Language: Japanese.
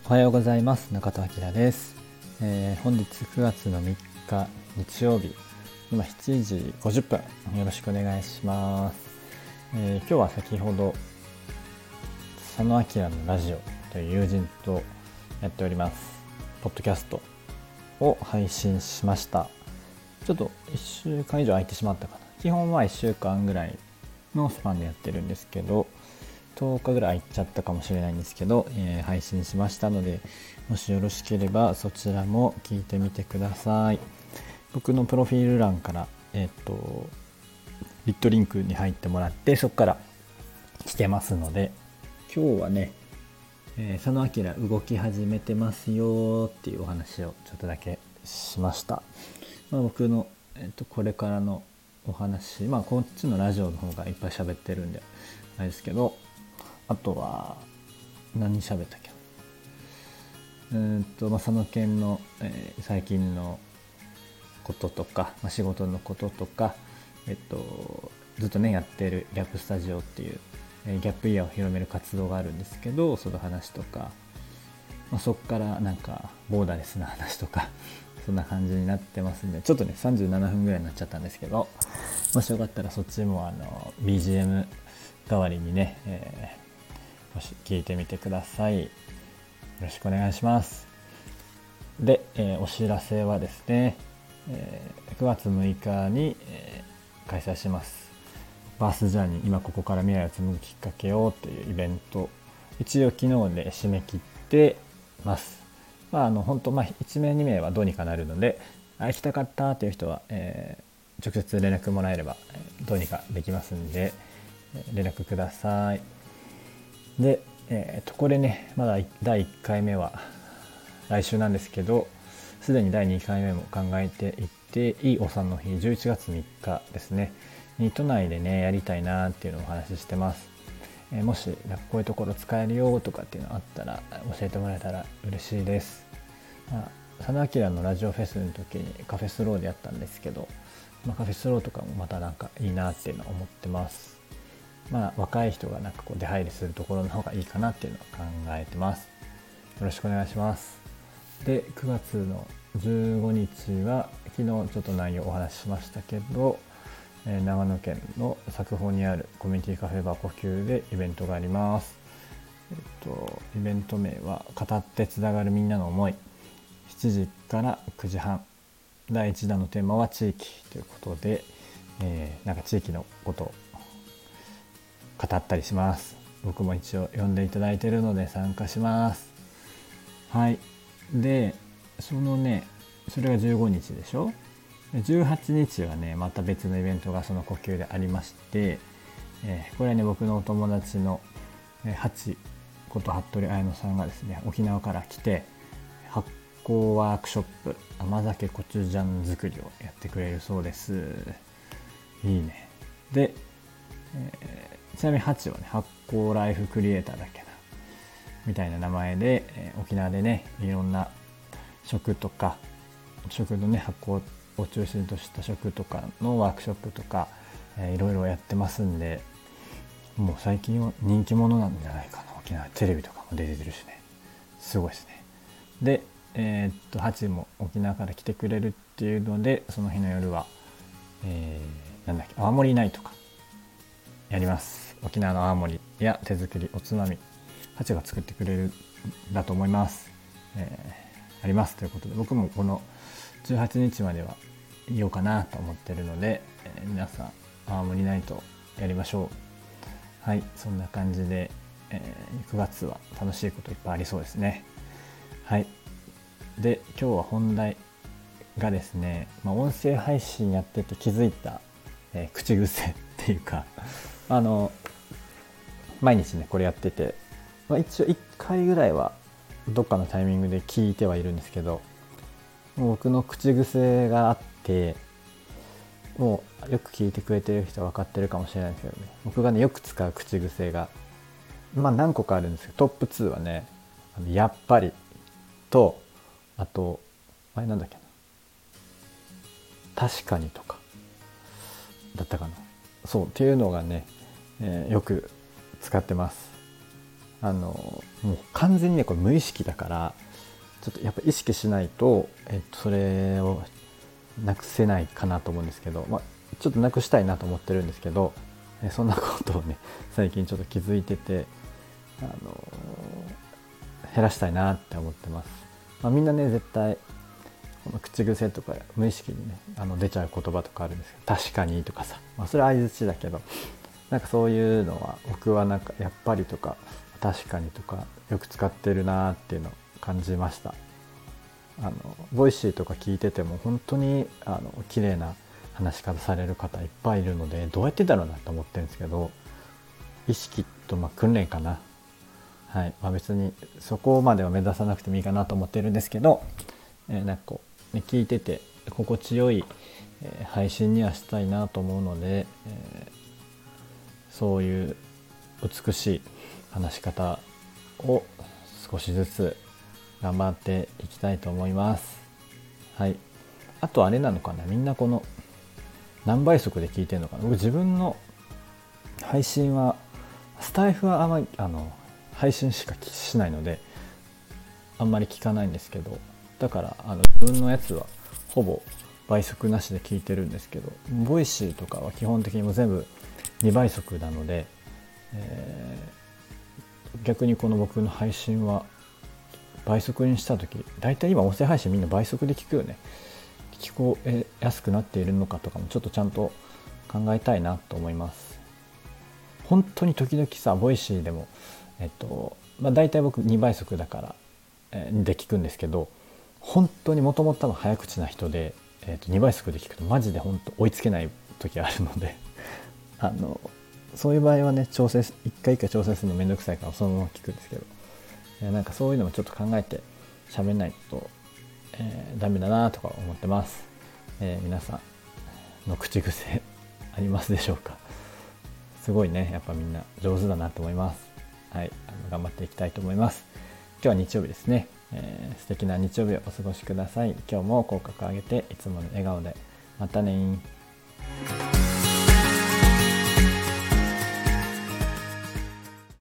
おはようございます。中田明です。本日9月の3日日曜日、今7時50分、よろしくお願いします。今日は先ほど佐野明のラジオという友人とやっておりますポッドキャストを配信しました。ちょっと1週間以上空いてしまったかな。基本は1週間ぐらいのスパンでやってるんですけど、10日ぐらい空いちゃったかもしれないんですけど、配信しましたので、もしよろしければそちらも聞いてみてください。僕のプロフィール欄からリットリンクに入ってもらって、そこから聞けますので、今日はね、佐野明動き始めてますよっていうお話をちょっとだけしました。僕の、これからのお話、こっちのラジオの方がいっぱい喋ってるんであれですけど、あとは何喋ったっけ、佐野県の、最近のこととか、仕事のこととか、ずっとねやってるギャップスタジオっていう、ギャップイヤーを広める活動があるんですけど、その話とか、そこからなんかボーダレスな話とかそんな感じになってますんで、ちょっとね37分ぐらいになっちゃったんですけど、もしよかったらそっちもBGM 代わりにね、もし聞いてみてください。よろしくお願いします。で、お知らせはですね、9月6日に、開催しますバースジャーニー、今ここから未来を紡ぐきっかけをというイベント、一応昨日で締め切ってます。本当1名2名はどうにかなるので、行きたかったという人は、直接連絡もらえればどうにかできますんで、連絡ください。で、これね、まだ第1回目は来週なんですけど、すでに第2回目も考えていて、いいお産の日11月3日ですねに都内でねやりたいなっていうのをお話ししてます。もしこういうところ使えるよとかっていうのあったら教えてもらえたら嬉しいです。佐野明のラジオフェスの時にカフェスローでやったんですけど、カフェスローとかもまたなんかいいなっていうのは思ってます。若い人がなんかこう出入りするところの方がいいかなっていうのは考えてます。よろしくお願いします。で、9月の15日は昨日ちょっと内容お話ししましたけど、長野県の佐久穂にあるコミュニティカフェバー呼吸でイベントがあります。イベント名は語ってつながるみんなの思い、7時から9時半、第1弾のテーマは地域ということで、なんか地域のことを語ったりします。僕も一応呼んでいただいているので参加します。はい。で、それが15日でしょ。18日はねまた別のイベントがその呼吸でありまして、これはね僕のお友達のハチこと服部彩乃さんがですね、沖縄から来て発酵ワークショップ甘酒コチュジャン作りをやってくれるそうです。いいね。で、ちなみにハチはね発酵ライフクリエイターだっけなみたいな名前で、沖縄でねいろんな食のね発酵を中心とした食とかのワークショップとか、いろいろやってますんで、もう最近は人気者なんじゃないかな。沖縄テレビとかも出てるしね、すごいですね。で、ハチも沖縄から来てくれるっていうので、その日の夜は、泡盛ナイトかやります。沖縄の泡盛や手作りおつまみ、ハチが作ってくれるんだと思います。ありますということで、僕もこの18日まではいようかなと思ってるので、皆さん泡盛ナイトやりましょう。はい、そんな感じで、9月は楽しいこといっぱいありそうですね。はい。で、今日は本題がですね、音声配信やってて気づいた、口癖っていうか毎日ねこれやってて、一応1回ぐらいはどっかのタイミングで聞いてはいるんですけど、もう僕の口癖があって、もうよく聞いてくれてる人は分かってるかもしれないですけどね、僕がねよく使う口癖が何個かあるんですけど、トップ2はねやっぱりと、あとなんだっけな、確かにとかだったかな、そうっていうのがね、よく使ってます。 もう完全にねこれ無意識だから、ちょっとやっぱ意識しないと、それをなくせないかなと思うんですけど、ちょっとなくしたいなと思ってるんですけど、そんなことをね最近ちょっと気づいてて、減らしたいなって思ってます。みんなね絶対この口癖とか無意識にね出ちゃう言葉とかあるんですけど、確かにとかさ、それは相づちだけど、なんかそういうのは僕はなんかやっぱりとか確かにとかよく使ってるなっていうのを感じました。ボイシーとか聞いてても本当に綺麗な話し方される方いっぱいいるので、どうやってだろうなと思ってるんですけど、意識と訓練かな。はい、別にそこまでは目指さなくてもいいかなと思ってるんですけど、なんかこう、ね、聞いてて心地よい、配信にはしたいなと思うので、そういう美しい話し方を少しずつ頑張っていきたいと思います。はい。あとあれなのかな、みんなこの何倍速で聞いてるのかな。僕自分の配信はスタイフはあまり配信しかしないのであんまり聞かないんですけど、だから自分のやつはほぼ倍速なしで聞いてるんですけど、ボイシーとかは基本的にもう全部2倍速なので、逆にこの僕の配信は倍速にした時、だいたい今音声配信みんな倍速で聞くよね。聞こえやすくなっているのかとかもちょっとちゃんと考えたいなと思います。本当に時々さ、ボイシーでもだいたい僕2倍速だから、で聞くんですけど、本当にもともと多分早口な人で、2倍速で聞くとマジで本当追いつけない時あるのでそういう場合はね一回一回調整するのめんどくさいからそのまま聞くんですけど、なんかそういうのもちょっと考えて喋んないと、ダメだなとか思ってます。皆さんの口癖ありますでしょうか。すごいね、やっぱみんな上手だなと思います。はい、頑張っていきたいと思います。今日は日曜日ですね。素敵な日曜日をお過ごしください。今日も口角上げていつもの笑顔で。またね。